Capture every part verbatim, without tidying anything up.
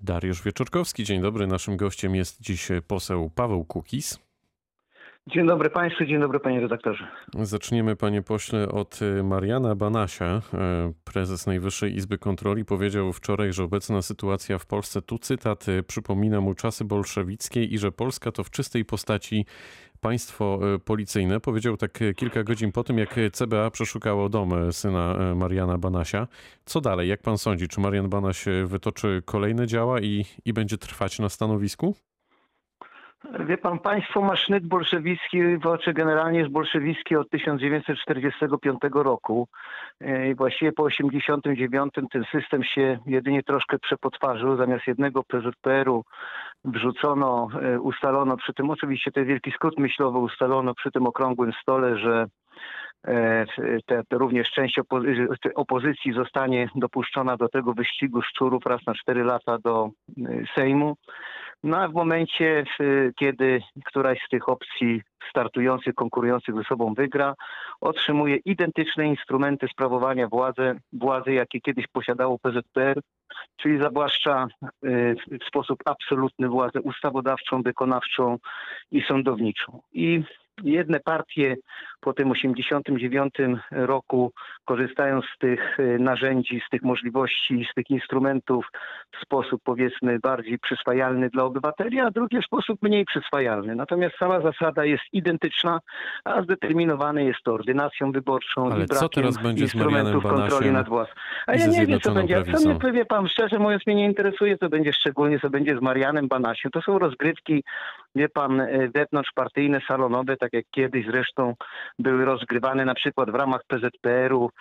Dariusz Wieczorkowski, dzień dobry. Naszym gościem jest dziś poseł Paweł Kukiz. Dzień dobry Państwu, dzień dobry Panie redaktorze. Zaczniemy, panie pośle, od Mariana Banasia. Prezes Najwyższej Izby Kontroli powiedział wczoraj, że obecna sytuacja w Polsce, tu cytat, przypomina mu czasy bolszewickie i że Polska to w czystej postaci państwo policyjne. Powiedział tak kilka godzin po tym, jak C B A przeszukało dom syna Mariana Banasia. Co dalej? Jak pan sądzi? Czy Marian Banaś wytoczy kolejne działa i, i będzie trwać na stanowisku? Wie pan, państwo ma sznyt bolszewicki, znaczy generalnie jest bolszewicki od tysiąc dziewięćset czterdziestego piątego roku i właściwie po osiemdziesiątym dziewiątym ten system się jedynie troszkę przepotwarzył. Zamiast jednego P Z P R u wrzucono, ustalono przy tym, oczywiście to jest wielki skrót myślowy, ustalono przy tym okrągłym stole, że Te, te również część opozy- opozycji zostanie dopuszczona do tego wyścigu szczurów raz na cztery lata do Sejmu. No a w momencie, kiedy któraś z tych opcji startujących, konkurujących ze sobą wygra, otrzymuje identyczne instrumenty sprawowania władzy, władzy jakie kiedyś posiadało P Z P R, czyli zawłaszcza w sposób absolutny władzę ustawodawczą, wykonawczą i sądowniczą. I jedne partie po tym osiemdziesiątym dziewiątym roku korzystają z tych narzędzi, z tych możliwości, z tych instrumentów w sposób, powiedzmy, bardziej przyswajalny dla obywateli, a drugie w sposób mniej przyswajalny. Natomiast sama zasada jest identyczna, a zdeterminowane jest to ordynacją wyborczą. Ale i co teraz będzie z Marianem kontroli nad własną. A i ja ze nie wiem, co będzie. Prawicą? Co mnie, wie pan, szczerze mówiąc, mnie nie interesuje, co będzie szczególnie, co będzie z Marianem Banasiem. To są rozgrywki, wie pan, wewnątrzpartyjne, salonowe, tak jak kiedyś zresztą były rozgrywane na przykład w ramach P Z P R u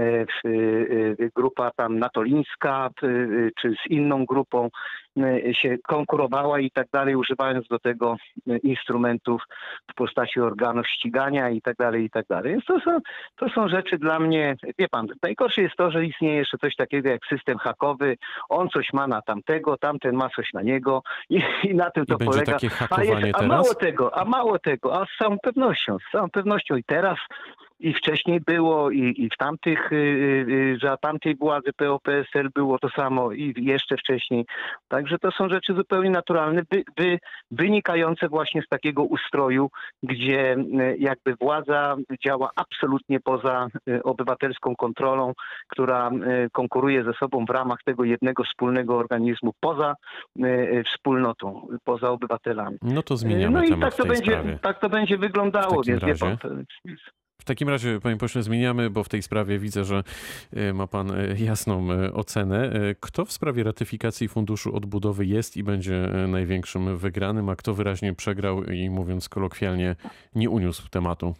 grupa tam natolińska czy z inną grupą się konkurowała i tak dalej, używając do tego instrumentów w postaci organów ścigania i tak dalej, i tak dalej. Więc to są, to są rzeczy dla mnie, wie pan, najgorsze jest to, że istnieje jeszcze coś takiego jak system hakowy. On coś ma na tamtego, tamten ma coś na niego i, i na tym to I będzie polega. takie hakowanie a, jest, a teraz? mało tego, a mało tego, a z całą pewnością, z całą pewnością i teraz i wcześniej było i, i w tamtych, yy, za tamtej władzy P O P S L było to samo i jeszcze wcześniej. Także to są rzeczy zupełnie naturalne, wy, wy, wynikające właśnie z takiego ustroju, gdzie yy, jakby władza działa absolutnie poza yy, obywatelską kontrolą, która yy, konkuruje ze sobą w ramach tego jednego wspólnego organizmu, poza yy, wspólnotą, poza obywatelami. No to zmieniamy no i temat tak to w tej będzie, sprawie. tak to będzie wyglądało, W takim więc wie razie... pan, W takim razie, panie pośle, zmieniamy, bo w tej sprawie widzę, że ma pan jasną ocenę. Kto w sprawie ratyfikacji Funduszu Odbudowy jest i będzie największym wygranym, a kto wyraźnie przegrał i, mówiąc kolokwialnie, nie uniósł tematu?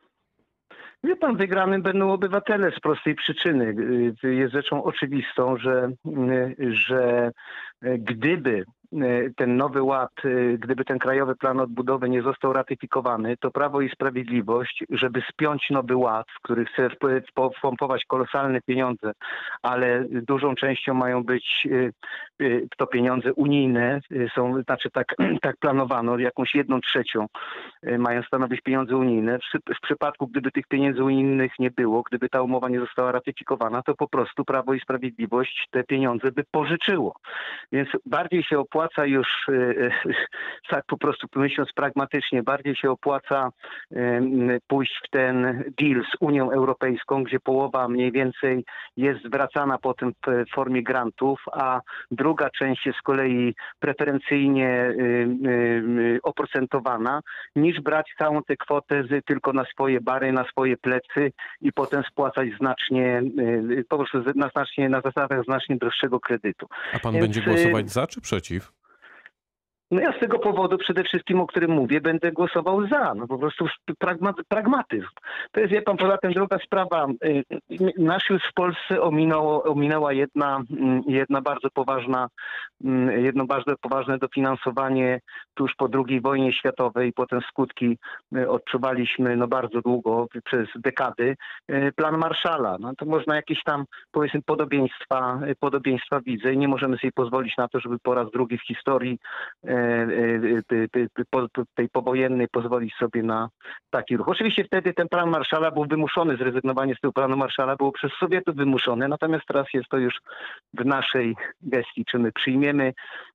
Wie pan, wygranym będą obywatele z prostej przyczyny. Jest rzeczą oczywistą, że, że gdyby ten nowy ład, gdyby ten Krajowy Plan Odbudowy nie został ratyfikowany, to Prawo i Sprawiedliwość, żeby spiąć nowy ład, w który chce wpompować kolosalne pieniądze, ale dużą częścią mają być to pieniądze unijne, są, znaczy tak, tak planowano, jakąś jedną trzecią mają stanowić pieniądze unijne. W, w przypadku, gdyby tych pieniędzy unijnych nie było, gdyby ta umowa nie została ratyfikowana, to po prostu Prawo i Sprawiedliwość te pieniądze by pożyczyło. Więc bardziej się opłaca już, tak po prostu myśląc pragmatycznie, bardziej się opłaca pójść w ten deal z Unią Europejską, gdzie połowa mniej więcej jest zwracana potem w formie grantów, a druga część jest z kolei preferencyjnie oprocentowana, niż brać całą tę kwotę z, tylko na swoje bary, na swoje plecy i potem spłacać znacznie, po prostu na, znacznie, na zasadach znacznie droższego kredytu. A pan Więc, będzie głosować za czy przeciw? No ja z tego powodu przede wszystkim, o którym mówię, będę głosował za. No po prostu pragma, pragmatyzm. To jest, wie pan, poza tym druga sprawa. Nasz już w Polsce ominęło, ominęła jedna, jedna bardzo poważna, jedno bardzo poważne dofinansowanie tuż po drugiej wojnie światowej. Potem skutki odczuwaliśmy no bardzo długo, przez dekady. Plan Marshalla. No to można jakieś tam, powiedzmy, podobieństwa, podobieństwa widzę i nie możemy sobie pozwolić na to, żeby po raz drugi w historii tej powojennej pozwolić sobie na taki ruch. Oczywiście wtedy ten plan Marszala był wymuszony, zrezygnowanie z tego planu Marszala było przez Sowietów wymuszone, natomiast teraz jest to już w naszej gestii, czy my przyjmiemy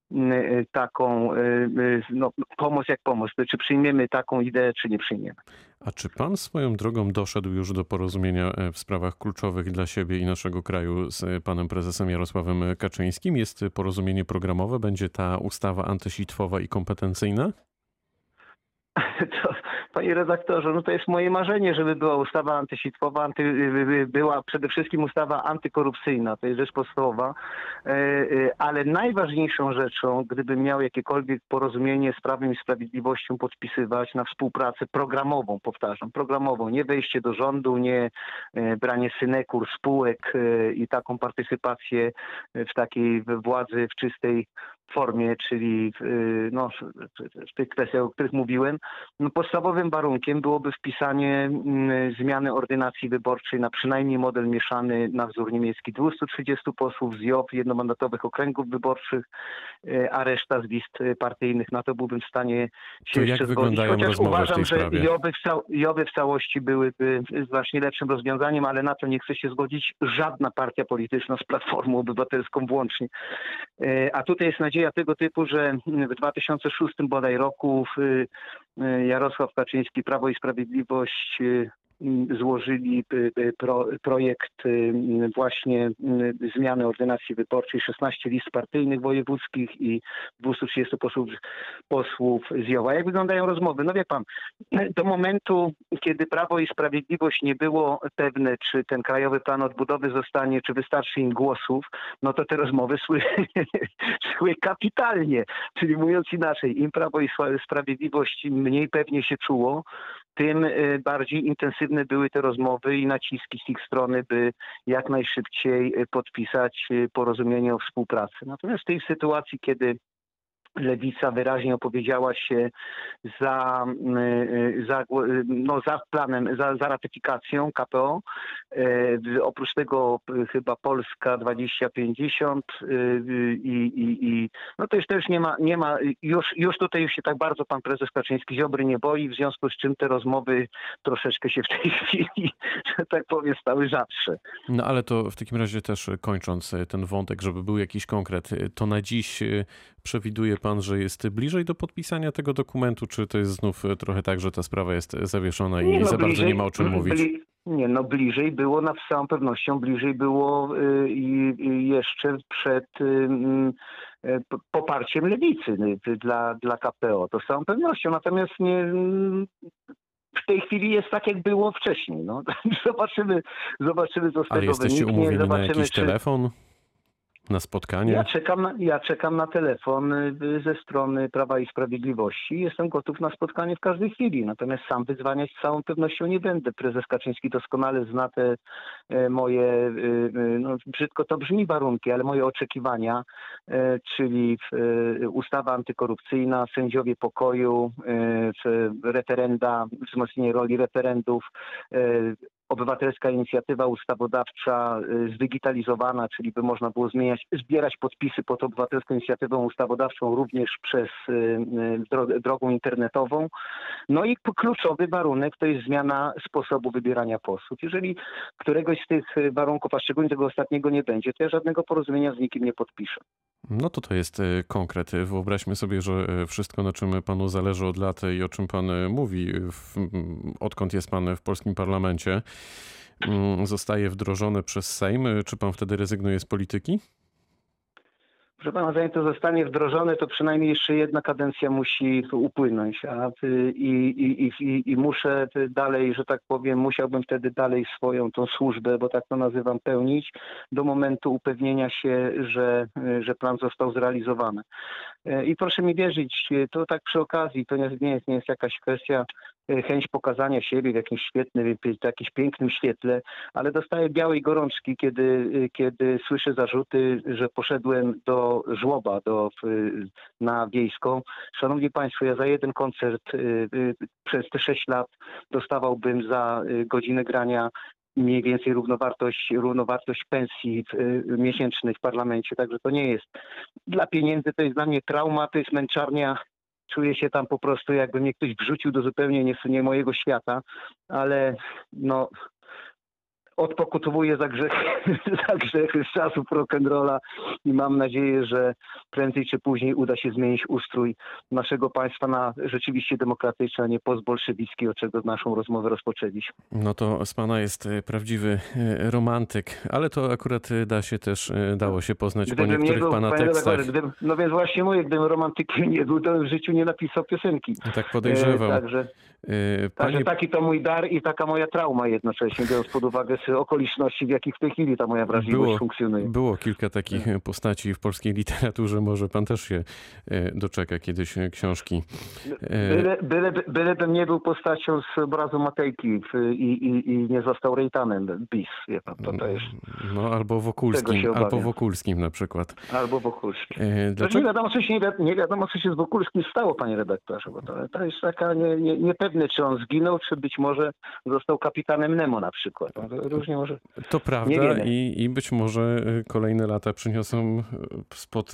taką no, pomoc jak pomoc, czy przyjmiemy taką ideę, czy nie przyjmiemy. A czy pan swoją drogą doszedł już do porozumienia w sprawach kluczowych dla siebie i naszego kraju z panem prezesem Jarosławem Kaczyńskim? Jest porozumienie programowe? Będzie ta ustawa antysitwowa i kompetencyjna? To, panie redaktorze, no to jest moje marzenie, żeby była ustawa antysitwowa, anty, była przede wszystkim ustawa antykorupcyjna, to jest rzecz podstawowa, ale najważniejszą rzeczą, gdybym miał jakiekolwiek porozumienie z Prawem i Sprawiedliwością podpisywać na współpracę programową, powtarzam, programową, nie wejście do rządu, nie branie synekur, spółek i taką partycypację w takiej władzy w czystej formie, czyli no, w tych kwestiach, o których mówiłem, no, podstawowym warunkiem byłoby wpisanie mm, zmiany ordynacji wyborczej na przynajmniej model mieszany na wzór niemiecki dwustu trzydziestu posłów z J O W, jednomandatowych okręgów wyborczych, y, a reszta z list partyjnych. Na to byłbym w stanie się to jeszcze jak zgodzić. wyglądają Chociaż rozmowy uważam, w tej że sprawie? J O W-y w, cał- J O W-y w całości byłyby znacznie lepszym rozwiązaniem, ale na to nie chce się zgodzić żadna partia polityczna z Platformą Obywatelską włącznie. Y, a tutaj jest nadzieja tego typu, że w dwa tysiące szóstym bodaj roku Jarosław Kaczyński, Prawo i Sprawiedliwość złożyli pro, projekt właśnie zmiany ordynacji wyborczej, szesnaście list partyjnych wojewódzkich i dwieście trzydziestu posłów, posłów z J O W. A jak wyglądają rozmowy? No wie pan, do momentu, kiedy Prawo i Sprawiedliwość nie było pewne, czy ten krajowy plan odbudowy zostanie, czy wystarczy im głosów, no to te rozmowy szły, szły kapitalnie. Czyli mówiąc inaczej, im Prawo i Sprawiedliwość mniej pewnie się czuło, tym bardziej intensywne były te rozmowy i naciski z ich strony, by jak najszybciej podpisać porozumienie o współpracy. Natomiast w tej sytuacji, kiedy Lewica wyraźnie opowiedziała się za, za, no, za planem, za, za ratyfikacją K P O. E, oprócz tego chyba Polska dwadzieścia pięćdziesiąt i, i, i no to już też nie ma, nie ma już, już tutaj już się tak bardzo pan prezes Kaczyński Ziobry nie boi, w związku z czym te rozmowy troszeczkę się w tej chwili, że tak powiem, stały rzadsze. No ale to w takim razie też kończąc ten wątek, żeby był jakiś konkret, to na dziś przewiduje pan, że jest bliżej do podpisania tego dokumentu, czy to jest znów trochę tak, że ta sprawa jest zawieszona i nie, no, za bliżej, bardzo nie ma o czym mówić? Bli, nie, no bliżej było, na z całą pewnością bliżej było y, y, jeszcze przed y, y, poparciem Lewicy y, dla, dla K P O. To z całą pewnością, natomiast nie... W tej chwili jest tak, jak było wcześniej. No. Zobaczymy, zobaczymy, co z Ale tego jesteście wyniknie. umówieni Zobaczymy, na jakiś czy... telefon? Na spotkanie? Ja czekam na, ja czekam na telefon ze strony Prawa i Sprawiedliwości. Jestem gotów na spotkanie w każdej chwili. Natomiast sam wyzwaniać z całą pewnością nie będę. Prezes Kaczyński doskonale zna te moje, no brzydko to brzmi warunki, ale moje oczekiwania, czyli ustawa antykorupcyjna, sędziowie pokoju, referenda, wzmocnienie roli referendów, obywatelska inicjatywa ustawodawcza zdigitalizowana, czyli by można było zmieniać, zbierać podpisy pod obywatelską inicjatywą ustawodawczą również przez drogą internetową. No i kluczowy warunek to jest zmiana sposobu wybierania posłów. Jeżeli któregoś z tych warunków, a szczególnie tego ostatniego nie będzie, to ja żadnego porozumienia z nikim nie podpiszę. No to to jest konkret. Wyobraźmy sobie, że wszystko, na czym panu zależy od lat i o czym pan mówi, w, odkąd jest pan w polskim parlamencie, zostaje wdrożone przez Sejm. Czy pan wtedy rezygnuje z polityki? Proszę pana, zanim to zostanie wdrożone, to przynajmniej jeszcze jedna kadencja musi upłynąć. A, i, i, i, I muszę dalej, że tak powiem, musiałbym wtedy dalej swoją tą służbę, bo tak to nazywam, pełnić do momentu upewnienia się, że, że plan został zrealizowany. I proszę mi wierzyć, to tak przy okazji, to nie jest, nie jest jakaś kwestia chęć pokazania siebie w jakimś świetnym, w jakimś pięknym świetle, ale dostaję białej gorączki, kiedy, kiedy słyszę zarzuty, że poszedłem do żłoba, do, na Wiejską. Szanowni Państwo, ja za jeden koncert przez te sześć lat dostawałbym za godzinę grania mniej więcej równowartość, równowartość pensji y, miesięcznych w parlamencie, także to nie jest dla pieniędzy, to jest dla mnie trauma, to jest męczarnia. Czuję się tam po prostu, jakby mnie ktoś wrzucił do zupełnie nie, nie mojego świata, ale no odpokutowuję za grzechy, za grzechy z czasów rock'n'rolla i mam nadzieję, że prędzej czy później uda się zmienić ustrój naszego państwa na rzeczywiście demokratyczny, a nie postbolszewicki, od czego naszą rozmowę rozpoczęliśmy. No to z pana jest prawdziwy romantyk, ale to akurat da się też, dało się poznać Gdybym po niektórych nie był, pana panie tekstach. redaktorze, gdybym, no więc właśnie mówię, gdybym romantykiem nie był, to bym w życiu nie napisał piosenki. Tak podejrzewam. E, także, Panie... także taki to mój dar i taka moja trauma jednocześnie, biorąc pod uwagę okoliczności, w jakich w tej chwili ta moja wrażliwość było, funkcjonuje. Było kilka takich postaci w polskiej literaturze, może pan też się doczeka kiedyś książki. Byle, byle, bylebym nie był postacią z obrazu Matejki i, i, i nie został Rejtanem bis, wie pan, to, to jest... No albo Wokulskim, albo Wokulskim na przykład. Albo Wokulskim. Dlaczego? Nie wiadomo, co się, nie, wi- nie wiadomo, co się z Wokulskim stało, panie redaktorze, bo to, to jest taka nie, nie, niepewne, czy on zginął, czy być może został kapitanem Nemo na przykład. No, to różnie może... To prawda i, i być może kolejne lata przyniosą spod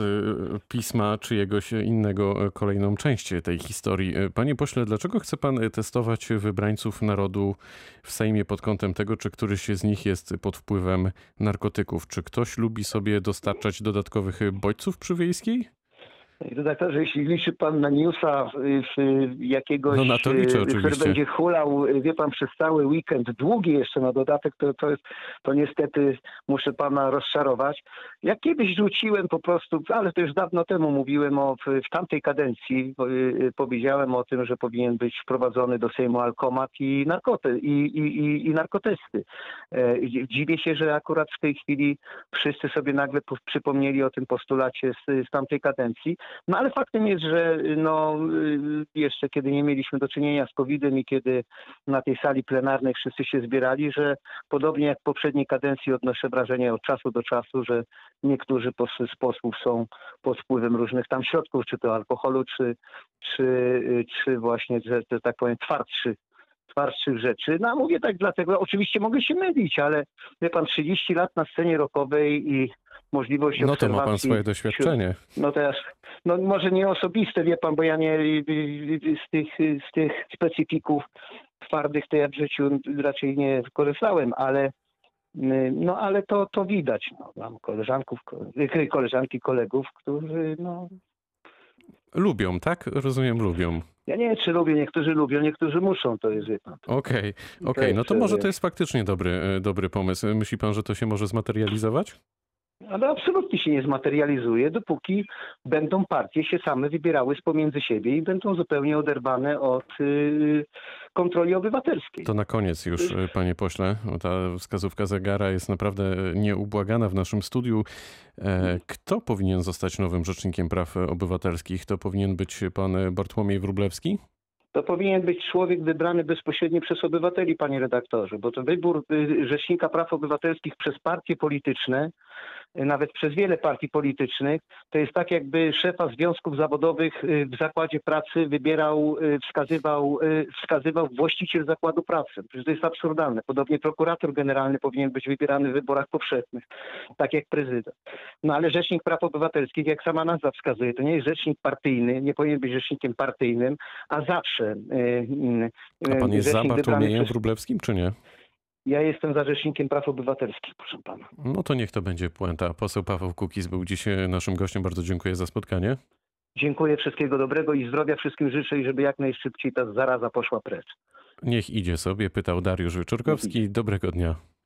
pisma czyjegoś innego kolejną część tej historii. Panie pośle, dlaczego chce pan testować wybrańców narodu w Sejmie pod kątem tego, czy któryś z nich jest pod wpływem narkotyków? Czy ktoś lubi sobie dostarczać dodatkowych bodźców przy Wiejskiej? Redaktorze, jeśli liczy pan na newsa jakiegoś, no na to liczę, który oczywiście. będzie hulał, wie pan, przez cały weekend, długi jeszcze na dodatek, to, to, jest, to niestety muszę pana rozczarować. Ja kiedyś rzuciłem po prostu, ale to już dawno temu mówiłem o, w, w tamtej kadencji, powiedziałem o tym, że powinien być wprowadzony do Sejmu alkomat i, narkoty, i, i, i, i narkotesty. Dziwię się, że akurat w tej chwili wszyscy sobie nagle przypomnieli o tym postulacie z, z tamtej kadencji. No ale faktem jest, że no, jeszcze kiedy nie mieliśmy do czynienia z kowidem i kiedy na tej sali plenarnej wszyscy się zbierali, że podobnie jak w poprzedniej kadencji odnoszę wrażenie od czasu do czasu, że niektórzy z posłów są pod wpływem różnych tam środków, czy to alkoholu, czy, czy, czy właśnie, że, że tak powiem, twardszych twardszych rzeczy. No a mówię tak dlatego, oczywiście mogę się mylić, ale wie pan, trzydzieści lat na scenie rockowej i możliwość no obserwacji... No to ma pan swoje doświadczenie. Wśród, no teraz, no może nie osobiste, wie pan, bo ja nie z tych, z tych specyfików twardych to ja w życiu raczej nie korzystałem, ale no ale to, to widać. No, mam koleżanków, koleżanki, kolegów, którzy no... Lubią, tak? Rozumiem, lubią. Ja nie wiem, czy lubię, niektórzy lubią, niektórzy muszą, to jest, wie pan. Okej, okej, okay. No to może to jest faktycznie dobry, dobry pomysł. Myśli pan, że to się może zmaterializować? Ale absolutnie się nie zmaterializuje, dopóki będą partie się same wybierały z pomiędzy siebie i będą zupełnie oderwane od y, kontroli obywatelskiej. To na koniec już, panie pośle, ta wskazówka zegara jest naprawdę nieubłagana w naszym studiu. Kto powinien zostać nowym rzecznikiem praw obywatelskich? To powinien być pan Bartłomiej Wróblewski? To powinien być człowiek wybrany bezpośrednio przez obywateli, panie redaktorze, bo to wybór Rzecznika Praw Obywatelskich przez partie polityczne, nawet przez wiele partii politycznych, to jest tak, jakby szefa związków zawodowych w zakładzie pracy wybierał, wskazywał, wskazywał właściciel zakładu pracy. Przecież to jest absurdalne. Podobnie prokurator generalny powinien być wybierany w wyborach powszechnych, tak jak prezydent. No ale Rzecznik Praw Obywatelskich, jak sama nazwa wskazuje, to nie jest rzecznik partyjny, nie powinien być rzecznikiem partyjnym, a zawsze... A pan jest za Bartłomiejem przez... Wróblewskim, czy nie? Ja jestem za Rzecznikiem Praw Obywatelskich, proszę pana. No to niech to będzie puenta. Poseł Paweł Kukiz był dziś naszym gościem. Bardzo dziękuję za spotkanie. Dziękuję, wszystkiego dobrego i zdrowia wszystkim życzę i żeby jak najszybciej ta zaraza poszła precz. Niech idzie sobie, pytał Dariusz Wieczorkowski. Dobrego dnia.